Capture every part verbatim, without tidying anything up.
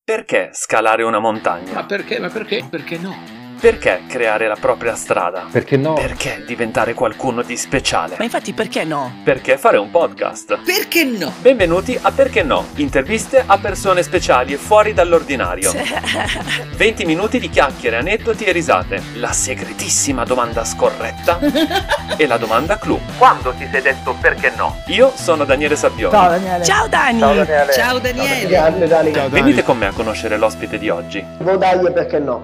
Perché scalare una montagna? Ma perché? Ma perché? Perché no? Perché creare la propria strada? Perché no? Perché diventare qualcuno di speciale? Ma infatti perché no? Perché fare un podcast? Perché no? Benvenuti a Perché no? Interviste a persone speciali e fuori dall'ordinario. venti minuti di chiacchiere, aneddoti e risate. La segretissima domanda scorretta e la domanda clou. Quando ti sei detto perché no? Io sono Daniele Sabbioni. Ciao Daniele. Ciao Dani! Ciao Daniele. Ciao Daniele! Grande Dani. Ciao, Dani. Venite con me a conoscere l'ospite di oggi. Vodaglie perché no?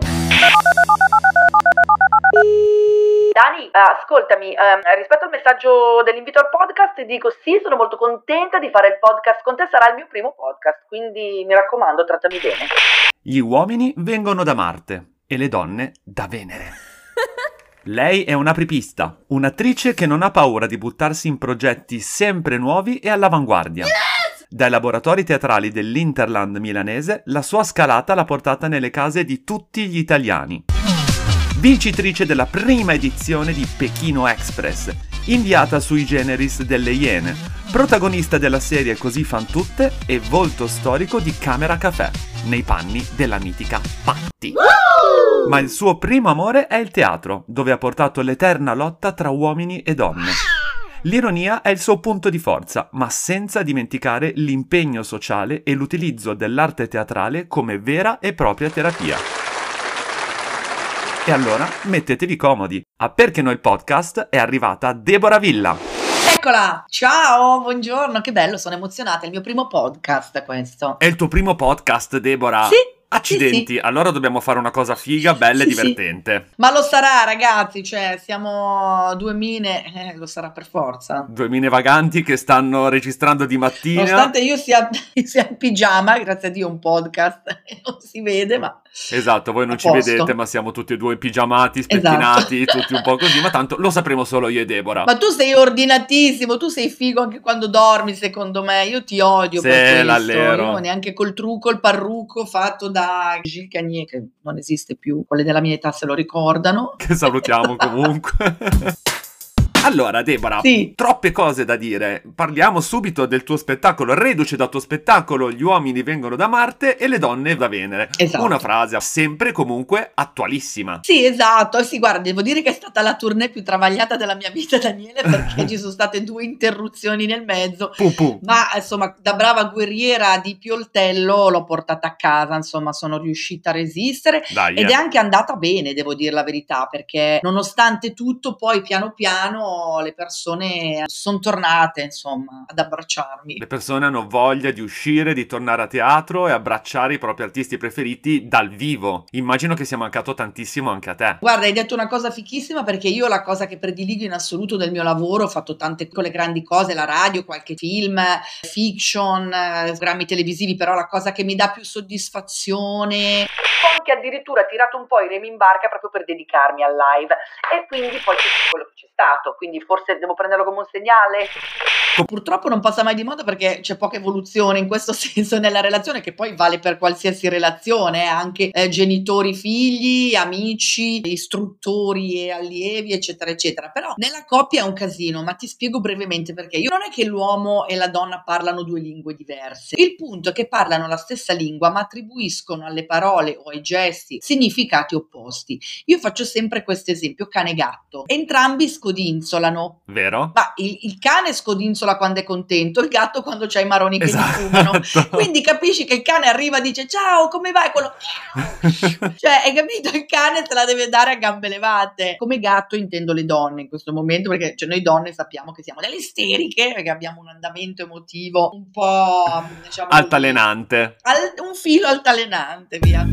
Dani, eh, ascoltami, ehm, rispetto al messaggio dell'invito al podcast dico sì, sono molto contenta di fare il podcast con te, sarà il mio primo podcast, quindi mi raccomando, trattami bene. Gli uomini vengono da Marte e le donne da Venere. Lei è un'apripista, un'attrice che non ha paura di buttarsi in progetti sempre nuovi e all'avanguardia. Yes! Dai laboratori teatrali dell'Interland milanese, la sua scalata l'ha portata nelle case di tutti gli italiani. Vincitrice della prima edizione di Pechino Express, inviata sui generis delle Iene, protagonista della serie Così fan tutte e volto storico di Camera Café, nei panni della mitica Patti. Ma il suo primo amore è il teatro, dove ha portato l'eterna lotta tra uomini e donne. L'ironia è il suo punto di forza, ma senza dimenticare l'impegno sociale e l'utilizzo dell'arte teatrale come vera e propria terapia. E allora mettetevi comodi. A Perché no il podcast è arrivata Deborah Villa. Eccola, ciao, buongiorno, che bello, sono emozionata, è il mio primo podcast questo. È il tuo primo podcast, Deborah? Sì. Accidenti, sì, sì. Allora dobbiamo fare una cosa figa, bella e Sì, sì. divertente. Ma lo sarà ragazzi, cioè siamo due mine, eh, lo sarà per forza. Due mine vaganti che stanno registrando di mattina. Nonostante io sia, sia in pigiama, grazie a Dio un podcast, e non si vede, ma... Esatto, voi non A ci posto. vedete, ma siamo tutti e due pigiamati, spettinati, Esatto. tutti un po' così, ma tanto lo sapremo solo io e Deborah. Ma tu sei ordinatissimo, tu sei figo anche quando dormi, secondo me. Io ti odio Sì, per questo. l'allero. Io neanche col trucco, il parrucco fatto da Gilles Cagnier, che non esiste più, quelli della mia età se lo ricordano. Che salutiamo comunque. Allora, Deborah, Sì. troppe cose da dire. Parliamo subito del tuo spettacolo. Reduce dal tuo spettacolo, gli uomini vengono da Marte e le donne da Venere. Esatto. Una frase sempre comunque attualissima. Sì, esatto. Sì, guarda, devo dire che è stata la tournée più travagliata della mia vita, Daniele, perché ci sono state due interruzioni nel mezzo. Pum pum. Ma insomma, da brava guerriera di Pioltello l'ho portata a casa, insomma, sono riuscita a resistere. Dai, Ed eh. è anche andata bene, devo dire la verità, perché nonostante tutto, poi piano piano le persone sono tornate, insomma, ad abbracciarmi. Le persone hanno voglia di uscire, di tornare a teatro e abbracciare i propri artisti preferiti dal vivo. Immagino che sia mancato tantissimo anche a te. Guarda, hai detto una cosa fichissima, perché io la cosa che prediligo in assoluto del mio lavoro, ho fatto tante piccole grandi cose, la radio, qualche film, fiction, eh, programmi televisivi, però la cosa che mi dà più soddisfazione... Ho anche addirittura tirato un po' i remi in barca proprio per dedicarmi al live, e quindi poi c'è quello che c'è stato, quindi forse devo prenderlo come un segnale. Purtroppo non passa mai di moda, perché c'è poca evoluzione in questo senso nella relazione, che poi vale per qualsiasi relazione, eh, anche eh, genitori, figli, amici, istruttori e allievi, eccetera, eccetera. Però nella coppia è un casino, ma ti spiego brevemente perché. Io non è che l'uomo e la donna parlano due lingue diverse. Il punto è che parlano la stessa lingua, ma attribuiscono alle parole o ai gesti significati opposti. Io faccio sempre questo esempio: cane e gatto. Entrambi scodinzolano. Vero? Ma il, il cane scodinzola quando è contento, il gatto quando c'ha i maroni che Esatto. gli fumano. Quindi capisci che il cane arriva e dice ciao, come vai? Quello... cioè, hai capito? Il cane te la deve dare a gambe levate. Come gatto intendo le donne in questo momento, perché cioè, noi donne sappiamo che siamo delle isteriche, perché abbiamo un andamento emotivo un po', diciamo, Altalenante. al- un filo altalenante, via.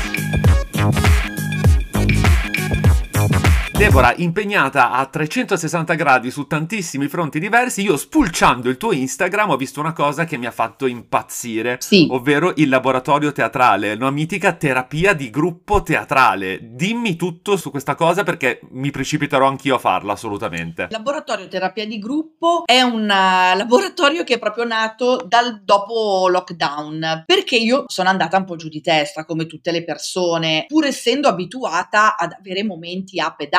Deborah, impegnata a trecentosessanta gradi su tantissimi fronti diversi, io spulciando il tuo Instagram ho visto una cosa che mi ha fatto impazzire, Sì. ovvero il laboratorio teatrale, una mitica terapia di gruppo teatrale. Dimmi tutto su questa cosa, perché mi precipiterò anch'io a farla, assolutamente. Il laboratorio terapia di gruppo è un uh, laboratorio che è proprio nato dal dopo lockdown, perché io sono andata un po' giù di testa come tutte le persone, pur essendo abituata ad avere momenti up e down.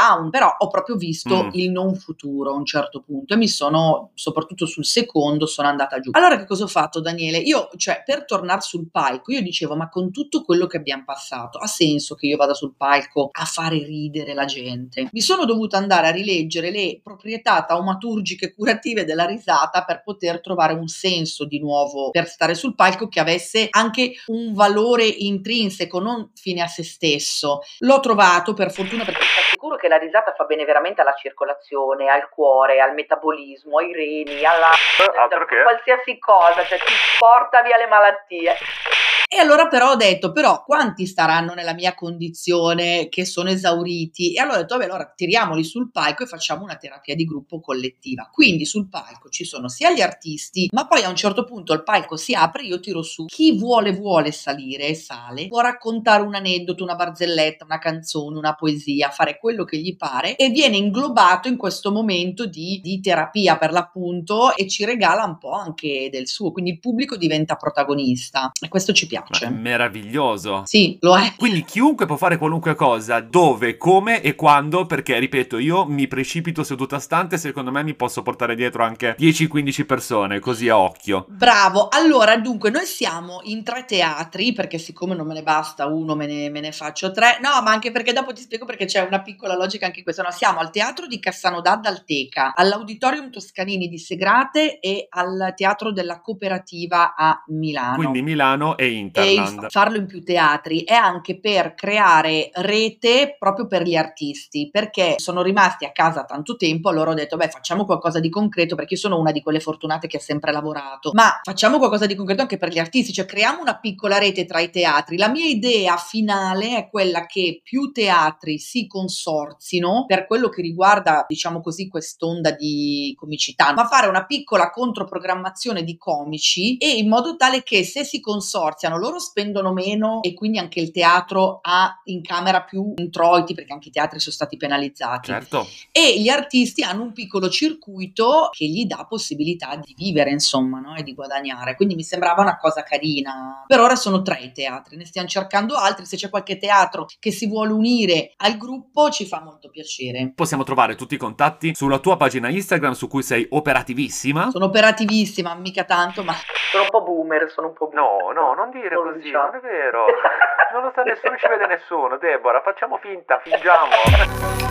down, però ho proprio visto Mm. il non futuro a un certo punto e mi sono, soprattutto sul secondo, sono andata giù. Allora che cosa ho fatto, Daniele? Io, cioè, per tornare sul palco, io dicevo, ma con tutto quello che abbiamo passato, ha senso che io vada sul palco a fare ridere la gente? Mi sono dovuta andare a rileggere le proprietà taumaturgiche curative della risata per poter trovare un senso di nuovo per stare sul palco che avesse anche un valore intrinseco, non fine a se stesso. L'ho trovato, per fortuna, perché ti assicuro che la risata fa bene veramente alla circolazione, al cuore, al metabolismo, ai reni, alla altro che. qualsiasi cosa, cioè ti porta via le malattie. E allora però ho detto, però quanti staranno nella mia condizione che sono esauriti? E allora ho detto, vabbè, allora tiriamoli sul palco e facciamo una terapia di gruppo collettiva. Quindi sul palco ci sono sia gli artisti, ma poi a un certo punto il palco si apre, io tiro su. Chi vuole vuole salire e sale, può raccontare un aneddoto, una barzelletta, una canzone, una poesia, fare quello che gli pare e viene inglobato in questo momento di, di terapia per l'appunto e ci regala un po' anche del suo. Quindi il pubblico diventa protagonista e questo ci piace. Ma meraviglioso. Sì, lo è. Quindi chiunque può fare qualunque cosa, dove, come e quando, perché ripeto, io mi precipito seduta stante, secondo me mi posso portare dietro anche dieci quindici persone, così a occhio. Bravo, allora dunque noi siamo in tre teatri, perché siccome non me ne basta uno me ne, me ne faccio tre, no ma anche perché dopo ti spiego perché c'è una piccola logica anche in questo, no, siamo al Teatro di Cassano d'Adda al Teca, all'Auditorium Toscanini di Segrate e al Teatro della Cooperativa a Milano. Quindi Milano e E Interland. il farlo in più teatri è anche per creare rete proprio per gli artisti, perché sono rimasti a casa tanto tempo, allora ho detto beh facciamo qualcosa di concreto, perché io sono una di quelle fortunate che ha sempre lavorato, ma facciamo qualcosa di concreto anche per gli artisti, cioè creiamo una piccola rete tra i teatri. La mia idea finale è quella che più teatri si consorzino per quello che riguarda, diciamo così, quest'onda di comicità, ma fare una piccola controprogrammazione di comici e in modo tale che se si consorziano loro spendono meno e quindi anche il teatro ha in camera più introiti, perché anche i teatri sono stati penalizzati. Certo. E gli artisti hanno un piccolo circuito che gli dà possibilità di vivere, insomma, no? E di guadagnare. Quindi mi sembrava una cosa carina. Per ora sono tre i teatri, ne stiamo cercando altri. Se c'è qualche teatro che si vuole unire al gruppo, ci fa molto piacere. Possiamo trovare tutti i contatti sulla tua pagina Instagram, su cui sei operativissima. Sono operativissima, mica tanto, ma sono un po' boomer, sono un po' boomer. No, no, non dire Non così, diciamo. non è vero. Non lo sa nessuno, ci vede nessuno. Deborah, facciamo finta, fingiamo.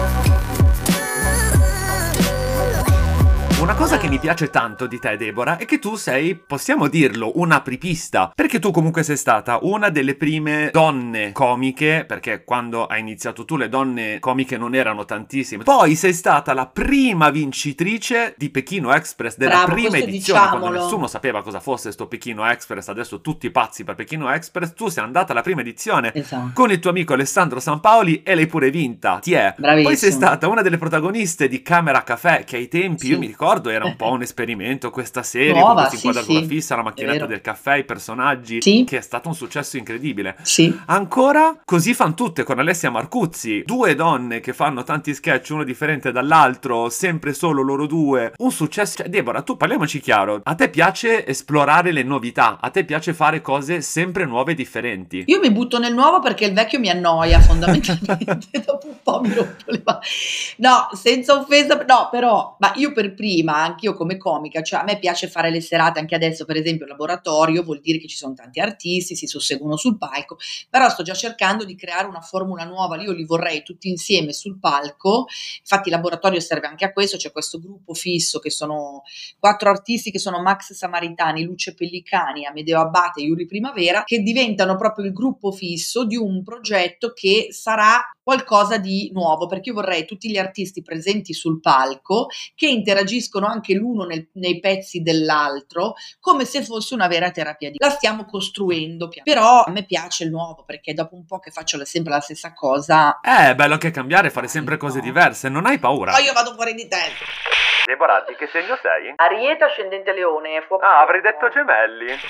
Una cosa che mi piace tanto di te, Deborah, è che tu sei, possiamo dirlo, un'apripista. Perché tu comunque sei stata una delle prime donne comiche, perché quando hai iniziato tu le donne comiche non erano tantissime. Poi sei stata la prima vincitrice di Pechino Express, della Bravo, prima questo edizione, quando diciamolo. nessuno sapeva cosa fosse sto Pechino Express, adesso tutti pazzi per Pechino Express. Tu sei andata alla prima edizione Esatto. con il tuo amico Alessandro Sampaoli e l'hai pure vinta. Ti è. Bravissimo. Poi sei stata una delle protagoniste di Camera Café, che ai tempi, Sì. io mi ricordo, era un po' un esperimento, questa serie Nuova, con questa sì, inquadratura sì, fissa, la è macchinetta vero. del caffè, i personaggi, Sì. che è stato un successo incredibile. Sì. Ancora così fan tutte con Alessia Marcuzzi, due donne che fanno tanti sketch, uno differente dall'altro, sempre solo loro due, un successo. Cioè, Deborah, tu parliamoci chiaro, a te piace esplorare le novità, a te piace fare cose sempre nuove e differenti. Io mi butto nel nuovo perché il vecchio mi annoia fondamentalmente, dopo un po' mi rompo le mani. No, senza offesa, no, però, ma io per prima, anch'io come comica, cioè a me piace fare le serate, anche adesso per esempio il laboratorio, vuol dire che ci sono tanti artisti, si susseguono sul palco, però sto già cercando di creare una formula nuova, io li vorrei tutti insieme sul palco, infatti il laboratorio serve anche a questo, c'è questo gruppo fisso che sono quattro artisti che sono Max Samaritani, Luce Pellicani, Amedeo Abbate e Yuri Primavera, che diventano proprio il gruppo fisso di un progetto che sarà qualcosa di nuovo, perché io vorrei tutti gli artisti presenti sul palco che interagiscono anche l'uno nel, nei pezzi dell'altro, come se fosse una vera terapia di... La stiamo costruendo, pian- però a me piace il nuovo, perché dopo un po' che faccio sempre la stessa cosa... Eh, è bello anche cambiare, fare sempre cose no. diverse, non hai paura? Poi io vado fuori di testa. Deborah, di che segno sei? Ariete ascendente Leone, fuoco. Ah, avrei detto gemelli.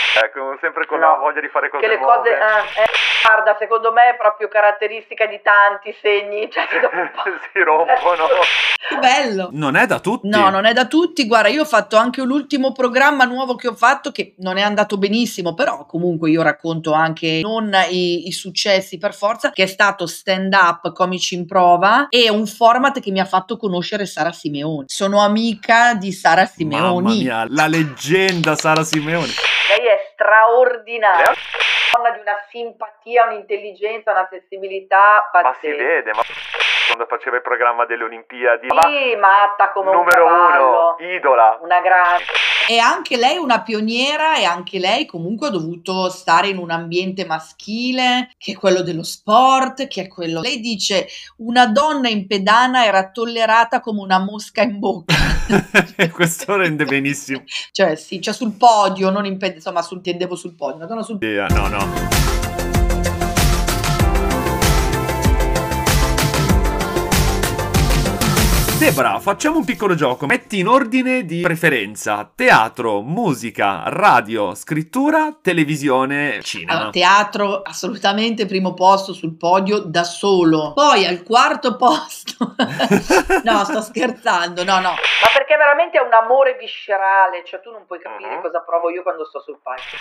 Ecco, sempre con No, la voglia di fare cose che le nuove. cose eh, eh, guarda, secondo me è proprio caratteristica di tanti segni, cioè che dopo un po' si rompono. bello. Non è da tutti. No, non è da tutti. Guarda, io ho fatto anche l'ultimo programma nuovo che ho fatto che non è andato benissimo, però comunque io racconto anche non i, i successi per forza, che è stato Stand Up Comici in Prova, e un format che mi ha fatto conoscere Sara Simeoni. Sono amica di Sara Simeoni. Mamma mia, la leggenda Sara Simeoni. Lei è straordinaria. Donna di una simpatia, un'intelligenza, una sensibilità pazzesca. Ma si vede, ma quando faceva il programma delle Olimpiadi. Sì, matta come numero un cavallo. uno, idola. Una grande. E anche lei una pioniera, e anche lei comunque ha dovuto stare in un ambiente maschile, che è quello dello sport, che è quello... Lei dice, una donna in pedana era tollerata come una mosca in bocca. Questo rende benissimo. Cioè sì, cioè sul podio, non in pedana, insomma sul, tendevo sul podio, una donna sul Yeah, no, no. Debra, facciamo un piccolo gioco. Metti in ordine di preferenza: teatro, musica, radio, scrittura, televisione, cinema. Allora, teatro assolutamente primo posto sul podio da solo. Poi al quarto posto no, sto scherzando, no, no. Ma perché veramente è un amore viscerale, cioè tu non puoi capire Uh-huh. cosa provo io quando sto sul palco.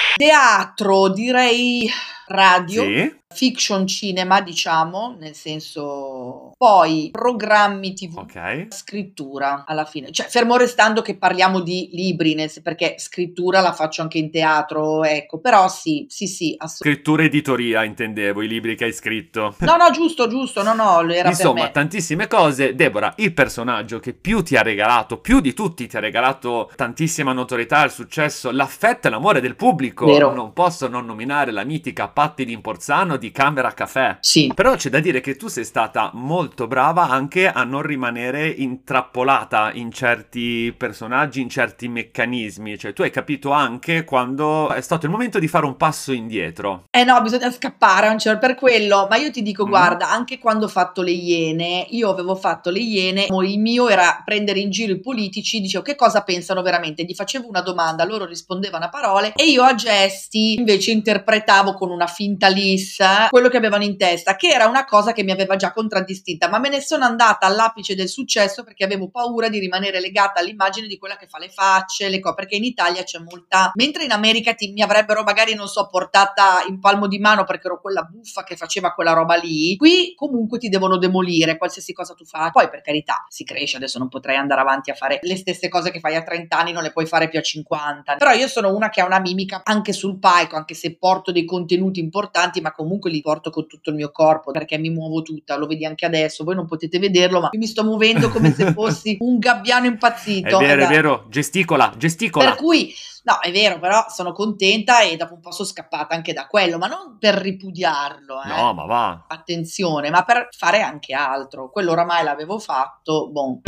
Teatro, direi radio. Sì. Fiction cinema, diciamo, nel senso, poi programmi tivù, Ok. scrittura alla fine, cioè fermo restando che parliamo di libri, nel sen- perché scrittura la faccio anche in teatro, ecco, però sì, sì, sì, assolutamente. Scrittura editoria, intendevo, i libri che hai scritto. No, no, giusto, giusto, no, no, era Insomma, per me. tantissime cose. Deborah, il personaggio che più ti ha regalato, più di tutti ti ha regalato tantissima notorietà, il successo, l'affetto e l'amore del pubblico. Vero. Non posso non nominare la mitica Patti di Imporzano di Camera Café. Sì. Però c'è da dire che tu sei stata molto brava anche a non rimanere intrappolata in certi personaggi, in certi meccanismi. Cioè tu hai capito anche quando è stato il momento di fare un passo indietro. Eh no, bisogna scappare a un certo per quello, ma io ti dico, Mm. guarda, anche quando ho fatto le Iene, io avevo fatto le Iene, il mio era prendere in giro i politici, dicevo che cosa pensano veramente, gli facevo una domanda, loro rispondevano a parole e io a gesti invece interpretavo con una finta lissa quello che avevano in testa, che era una cosa che mi aveva già contraddistinta, ma me ne sono andata all'apice del successo perché avevo paura di rimanere legata all'immagine di quella che fa le facce, le cose, perché in Italia c'è molta, mentre in America ti, mi avrebbero magari, non so, portata in palmo di mano perché ero quella buffa che faceva quella roba lì, qui comunque ti devono demolire qualsiasi cosa tu fai. Poi per carità si cresce, adesso non potrei andare avanti a fare le stesse cose che fai a trenta anni, non le puoi fare più a cinquanta, però io sono una che ha una mimica anche sul palco, anche se porto dei contenuti importanti, ma comunque li porto con tutto il mio corpo perché mi muovo tutta, lo vedi anche adesso, voi non potete vederlo, ma io mi sto muovendo come se fossi un gabbiano impazzito. È vero, esatto. è vero, gesticola, gesticola. Per cui, no, è vero, però sono contenta e dopo un po' sono scappata anche da quello, ma non per ripudiarlo, eh. No, ma va. Attenzione, ma per fare anche altro. Quello oramai l'avevo fatto, bon.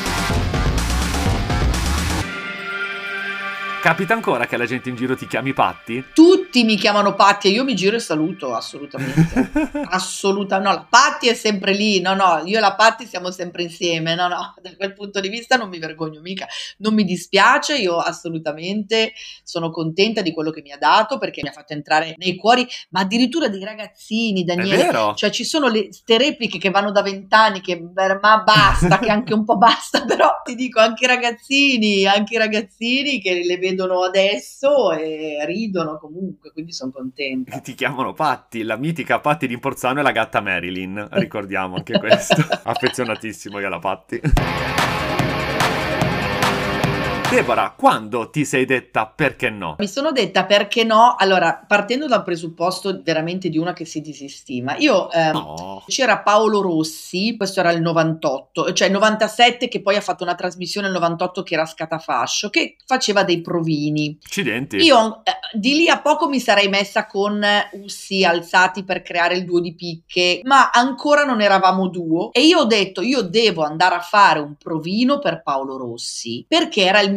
Capita ancora che la gente in giro ti chiami Patti? Tutti mi chiamano Patti e io mi giro e saluto, assolutamente. Assolutamente, no, la Patti è sempre lì, no, no, io e la Patti siamo sempre insieme, no, no, da quel punto di vista non mi vergogno mica, non mi dispiace, io assolutamente sono contenta di quello che mi ha dato perché mi ha fatto entrare nei cuori, ma addirittura dei ragazzini, È Daniele, vero. cioè ci sono le, ste repliche che vanno da vent'anni, che ma basta, che anche un po' basta, però ti dico anche i ragazzini, anche i ragazzini che le vedono adesso e ridono comunque, quindi sono contenta. Che ti chiamano Patti, la mitica Patti di Imporzano e la gatta Marilyn, ricordiamo anche questo. Affezionatissimo io alla Patti. Deborah, quando ti sei detta perché no? Mi sono detta perché no, allora partendo dal presupposto veramente di una che si disistima, io ehm, No. c'era Paolo Rossi, questo era il novantotto, cioè il novantasette, che poi ha fatto una trasmissione nel novantotto che era Scatafascio, che faceva dei provini. Accidenti. Io eh, di lì a poco mi sarei messa con Ussi alzati per creare il duo di picche, ma ancora non eravamo duo e io ho detto io devo andare a fare un provino per Paolo Rossi perché era il mio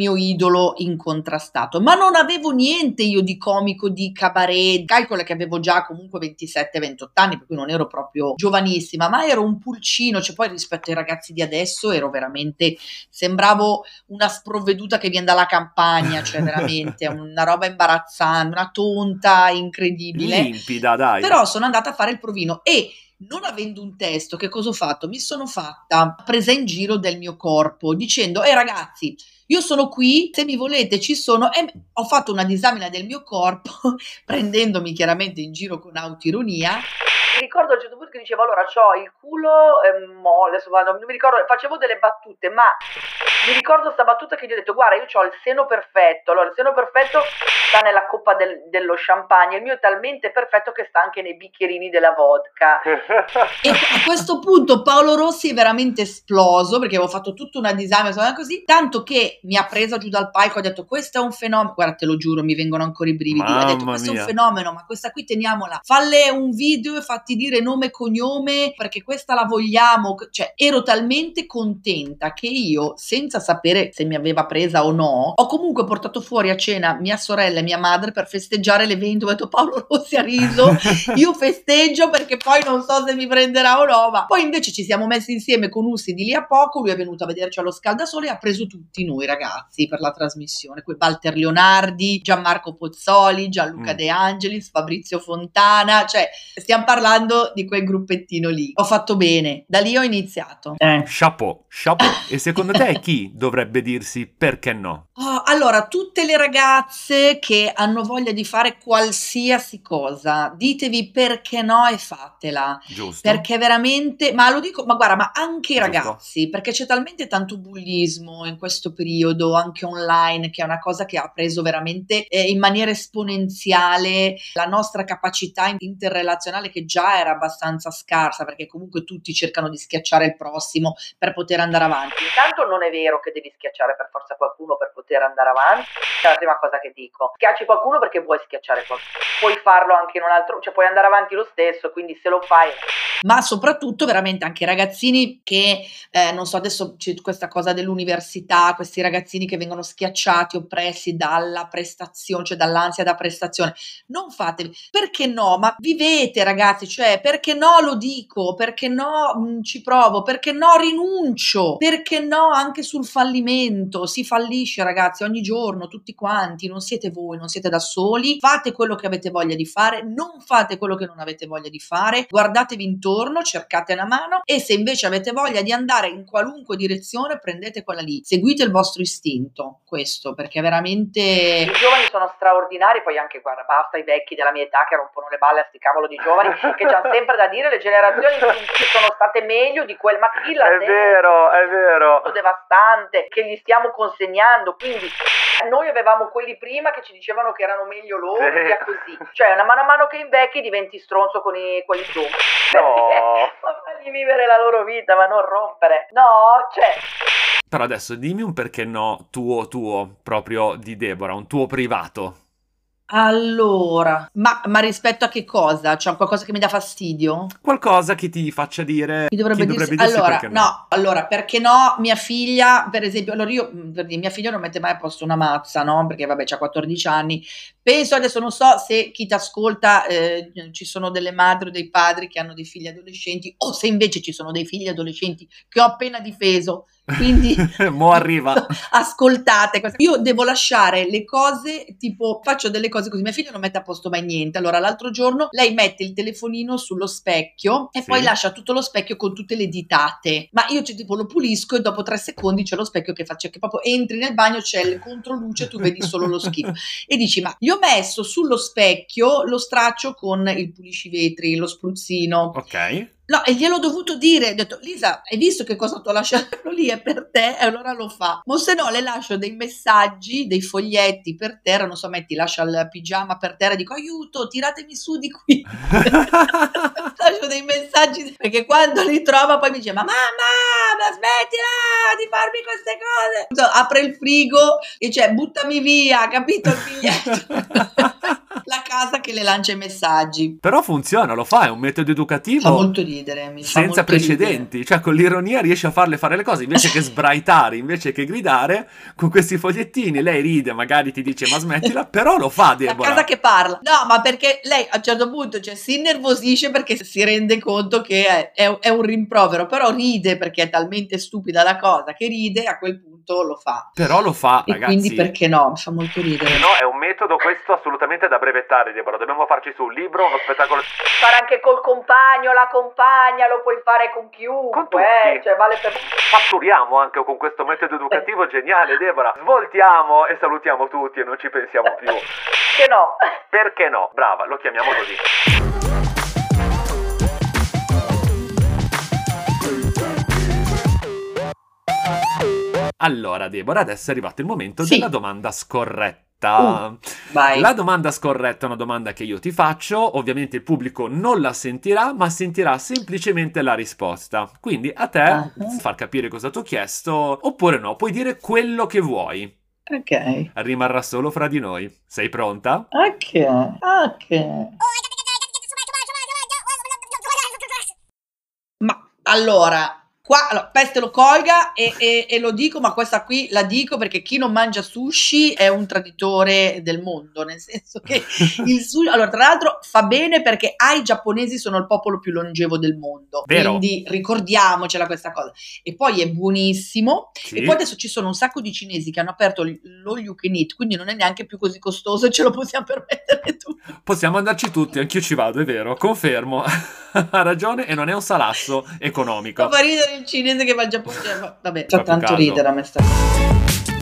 mio idolo incontrastato, ma non avevo niente io di comico, di cabaret. Calcola che avevo già comunque ventisette ventotto anni, per cui non ero proprio giovanissima, ma ero un pulcino, cioè poi rispetto ai ragazzi di adesso ero veramente, sembravo una sprovveduta che viene dalla campagna, cioè veramente una roba imbarazzante, una tonta incredibile. Limpida, dai. Però sono andata a fare il provino e non avendo un testo, che cosa ho fatto? Mi sono fatta presa in giro del mio corpo dicendo, eh ragazzi, io sono qui, se mi volete ci sono, e ho fatto una disamina del mio corpo prendendomi chiaramente in giro con autoironia. Mi ricordo a un certo punto che dicevo, allora c'ho il culo eh, molle, adesso vado, non mi ricordo, facevo delle battute, ma mi ricordo sta battuta che gli ho detto, guarda, io ho il seno perfetto, allora il seno perfetto sta nella coppa del, dello champagne, il mio è talmente perfetto che sta anche nei bicchierini della vodka. E a questo punto Paolo Rossi è veramente esploso, perché avevo fatto tutta una disamina così, tanto che mi ha presa giù dal palco, ha detto, questo è un fenomeno, guarda te lo giuro, mi vengono ancora i brividi, Mamma ha detto, questo mia. è un fenomeno, ma questa qui teniamola, falle un video e fatti dire nome e cognome, perché questa la vogliamo, cioè ero talmente contenta che io, senza sapere se mi aveva presa o no, ho comunque portato fuori a cena mia sorella e mia madre per festeggiare l'evento. Ho detto, Paolo Rossi ha riso, io festeggio perché poi non so se mi prenderà o no, ma poi invece ci siamo messi insieme con Ussi di lì a poco, lui è venuto a vederci allo Scaldasole e ha preso tutti noi ragazzi per la trasmissione, qui Walter Leonardi, Gianmarco Pozzoli, Gianluca Mm. De Angelis, Fabrizio Fontana, cioè stiamo parlando di quel gruppettino lì. Ho fatto bene, da lì ho iniziato. Eh. Chapeau, chapeau. E secondo te chi dovrebbe dirsi perché no? Oh, allora, tutte le ragazze che hanno voglia di fare qualsiasi cosa, ditevi perché no e fatela. Giusto? Perché veramente, ma lo dico, ma guarda, ma anche i Giusto. ragazzi, perché c'è talmente tanto bullismo in questo periodo, anche online, che è una cosa che ha preso veramente eh, in maniera esponenziale la nostra capacità interrelazionale, che già era abbastanza scarsa, perché comunque tutti cercano di schiacciare il prossimo per poter andare avanti. Intanto non è vero che devi schiacciare per forza qualcuno per poter andare avanti, è la prima cosa che dico. Schiacci qualcuno perché vuoi schiacciare qualcuno, puoi farlo anche in un altro, cioè puoi andare avanti lo stesso, quindi se lo fai. Ma soprattutto veramente anche i ragazzini che, eh, non so, adesso c'è questa cosa dell'università, questi ragazzini che vengono schiacciati, oppressi dalla prestazione, cioè dall'ansia da prestazione. Non fatevi, perché no? Ma vivete ragazzi, cioè perché no lo dico, perché no mh, ci provo, perché no rinuncio, perché no anche sul fallimento, si fallisce ragazzi ogni giorno, tutti quanti, non siete voi, non siete da soli, fate quello che avete voglia di fare, non fate quello che non avete voglia di fare, guardatevi intorno, cercate una mano e se invece avete voglia di andare in qualunque direzione prendete quella lì, seguite il vostro istinto, questo, perché veramente i giovani sono straordinari, poi anche guarda, basta i vecchi della mia età che rompono le balle a sti cavolo di giovani che c'hanno sempre da dire, le generazioni che sono state meglio di quel, ma chi l'ha È detto? vero, è vero. Devastante che gli stiamo consegnando, quindi noi avevamo quelli prima che ci dicevano che erano meglio loro, Sì. via così, cioè una mano a mano che invecchi diventi stronzo con i, quelli giù. No. Ma fagli vivere la loro vita, ma non rompere, no, cioè. Però adesso dimmi un perché no tuo tuo, proprio di Deborah, un tuo privato. Allora, ma, ma rispetto a che cosa? C'è qualcosa che mi dà fastidio? Qualcosa che ti faccia dire Chi dovrebbe, chi dirsi, dovrebbe dirsi allora, perché no. no, allora, perché no, mia figlia, per esempio, allora io, mh, per dire, mia figlia non mette mai a posto una mazza, no? Perché vabbè, c'ha quattordici anni. Penso adesso, non so se chi ti ascolta, eh, ci sono delle madri o dei padri che hanno dei figli adolescenti, o se invece ci sono dei figli adolescenti che ho appena difeso. Quindi Mo arriva. ascoltate, questo. Io devo lasciare le cose, tipo faccio delle cose così, mia figlia non mette a posto mai niente, allora l'altro giorno lei mette il telefonino sullo specchio e Sì. poi lascia tutto lo specchio con tutte le ditate, ma io cioè, tipo lo pulisco e dopo tre secondi c'è lo specchio che faccio, che proprio entri nel bagno, c'è il controluce, tu vedi solo lo schifo e dici, ma gli ho messo sullo specchio lo straccio con il puliscivetri, lo spruzzino. Ok. No, e gliel'ho dovuto dire, ho detto, Lisa, hai visto che cosa ti ho lasciato lì? È per te, e allora lo fa. Ma se no, le lascio dei messaggi, dei foglietti per terra, non so, metti, lascia il pigiama per terra, dico, aiuto, tiratemi su di qui. faccio dei messaggi, perché quando li trova poi mi dice: ma mamma, ma smettila di farmi queste cose. So, apre il frigo e dice: buttami via, capito il biglietto? La casa che le lancia i messaggi. Però funziona, lo fa, è un metodo educativo. Fa molto ridere, mi fa senza molto precedenti, ridere. Cioè con l'ironia riesce a farle fare le cose, invece che sbraitare, invece che gridare, con questi fogliettini lei ride, magari ti dice ma smettila, però lo fa Deborah. La casa che parla. No, ma perché lei a un certo punto, cioè, si innervosisce perché si rende conto che è, è, è un rimprovero, però ride perché è talmente stupida la cosa che ride, a quel punto lo fa. Però lo fa, e ragazzi. Quindi perché no? Mi fa molto ridere. No, è un metodo questo assolutamente da brevettare, Deborah. Dobbiamo farci su un libro, uno spettacolo. Fare anche col compagno, la compagna, lo puoi fare con chiunque, Con tutti. eh, cioè vale per... Fatturiamo anche con questo metodo educativo geniale, Deborah. Svoltiamo e salutiamo tutti e non ci pensiamo più. Che no? Perché no? Brava, lo chiamiamo così. Allora Deborah, adesso è arrivato il momento Sì. della domanda scorretta. Uh, vai. La domanda scorretta è una domanda che io ti faccio, ovviamente il pubblico non la sentirà, ma sentirà semplicemente la risposta. Quindi a te Uh-huh. far capire cosa ti ho chiesto, oppure no, puoi dire quello che vuoi. Ok. Rimarrà solo fra di noi. Sei pronta? Ok. Ok. Ma allora, qua allora, peste lo colga e, e, e lo dico, ma questa qui la dico perché chi non mangia sushi è un traditore del mondo, nel senso che il sushi, allora tra l'altro fa bene perché ah, i giapponesi sono il popolo più longevo del mondo, Vero. quindi ricordiamocela questa cosa. E poi è buonissimo. Sì. E poi adesso ci sono un sacco di cinesi che hanno aperto l- lo you can eat, quindi non è neanche più così costoso e ce lo possiamo permettere tutti. Possiamo andarci tutti, anch'io ci vado, è vero, confermo. Ha ragione e non è un salasso economico. Fa ridere il cinese che va al Giappone. Cioè, va- vabbè, fa Fa più tanto caso. ridere a me sta cosa.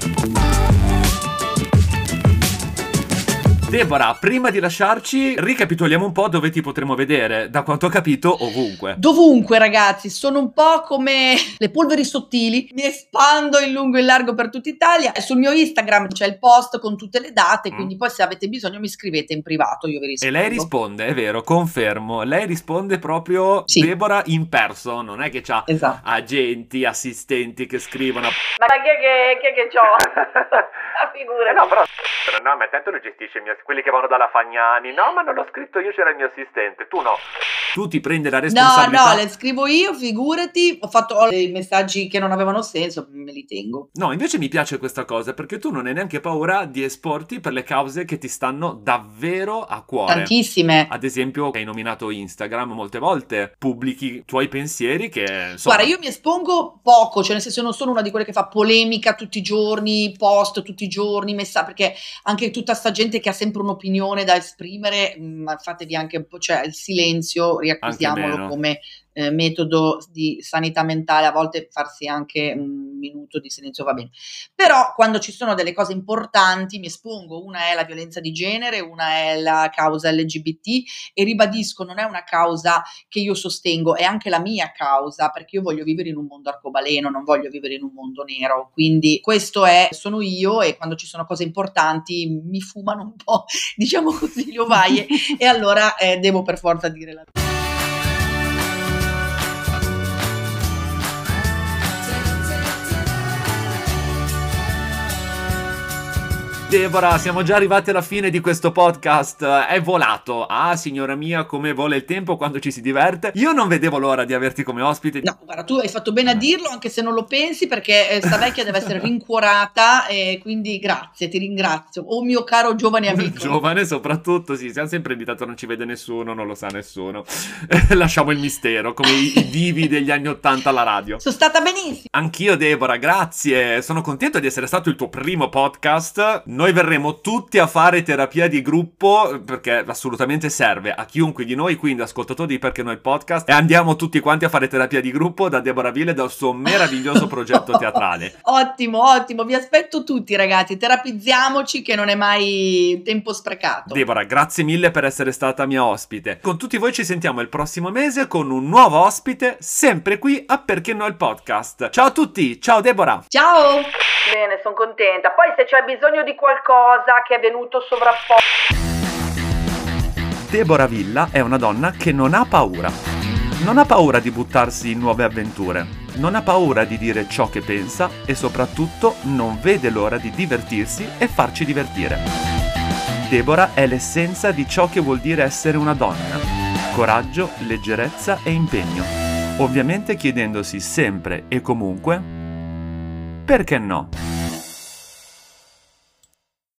Deborah, prima di lasciarci, ricapitoliamo un po' dove ti potremo vedere. Da quanto ho capito, ovunque. Dovunque, ragazzi, sono un po' come le polveri sottili, mi espando in lungo e in largo per tutta Italia. Sul mio Instagram c'è il post con tutte le date, Mm. quindi poi se avete bisogno mi scrivete in privato, io vi E rispondo. lei risponde, è vero, confermo. Lei risponde proprio Sì. Deborah in person, non è che c'ha Esatto. agenti, assistenti che scrivono. Ma chi è che, chi è che c'ho? La figura. Eh no, però no, ma tanto lo gestisce il mio, quelli che vanno dalla Fagnani. No, ma non l'ho scritto io, c'era il mio assistente. Tu no. Tu ti prendi la No, responsabilità. no, le scrivo io, figurati. Ho fatto ho dei messaggi che non avevano senso, me li tengo. No, invece mi piace questa cosa perché tu non hai neanche paura di esporti per le cause che ti stanno davvero a cuore. Tantissime. Ad esempio, hai nominato Instagram molte volte, pubblichi i tuoi pensieri che insomma, Guarda, io mi espongo poco, cioè nel senso non sono una di quelle che fa polemica tutti i giorni, post tutti i giorni, messa, perché anche tutta sta gente che ha sempre un'opinione da esprimere, mh, fatevi anche un po', cioè il silenzio, riacquisiamolo meno. come eh, metodo di sanità mentale, a volte farsi anche un minuto di silenzio va bene. Però quando ci sono delle cose importanti mi espongo, una è la violenza di genere, una è la causa L G B T e ribadisco, non è una causa che io sostengo, è anche la mia causa, perché io voglio vivere in un mondo arcobaleno, non voglio vivere in un mondo nero, quindi questo è, sono io e quando ci sono cose importanti mi fumano un po', diciamo così, le ovaie e allora eh, devo per forza dire la verità. Deborah, siamo già arrivati alla fine di questo podcast. È volato. Ah, signora mia, come vola il tempo quando ci si diverte. Io non vedevo l'ora di averti come ospite. No, guarda, tu hai fatto bene a dirlo, anche se non lo pensi, perché eh, sta vecchia deve essere rincuorata e quindi grazie, ti ringrazio. Oh mio caro giovane amico. Giovane soprattutto, sì, siamo sempre invitato, non ci vede nessuno, non lo sa nessuno. Lasciamo il mistero, come i, i divi degli anni Ottanta alla radio. Sono stata benissimo. Anch'io, Deborah, grazie. Sono contento di essere stato il tuo primo podcast. Noi verremo tutti a fare terapia di gruppo perché assolutamente serve a chiunque di noi, quindi ascoltatori di Perché No il podcast, e andiamo tutti quanti a fare terapia di gruppo da Deborah Ville dal suo meraviglioso progetto teatrale. Ottimo, ottimo, vi aspetto tutti ragazzi, terapizziamoci che non è mai tempo sprecato. Deborah, grazie mille per essere stata mia ospite. Con tutti voi ci sentiamo il prossimo mese con un nuovo ospite, sempre qui a Perché No il podcast. Ciao a tutti, ciao Deborah. Ciao! Bene, sono contenta. Poi se c'è bisogno di qualcosa che è venuto sovrapposto... Deborah Villa è una donna che non ha paura. Non ha paura di buttarsi in nuove avventure, non ha paura di dire ciò che pensa e soprattutto non vede l'ora di divertirsi e farci divertire. Deborah è l'essenza di ciò che vuol dire essere una donna: coraggio, leggerezza e impegno, ovviamente chiedendosi sempre e comunque perché no?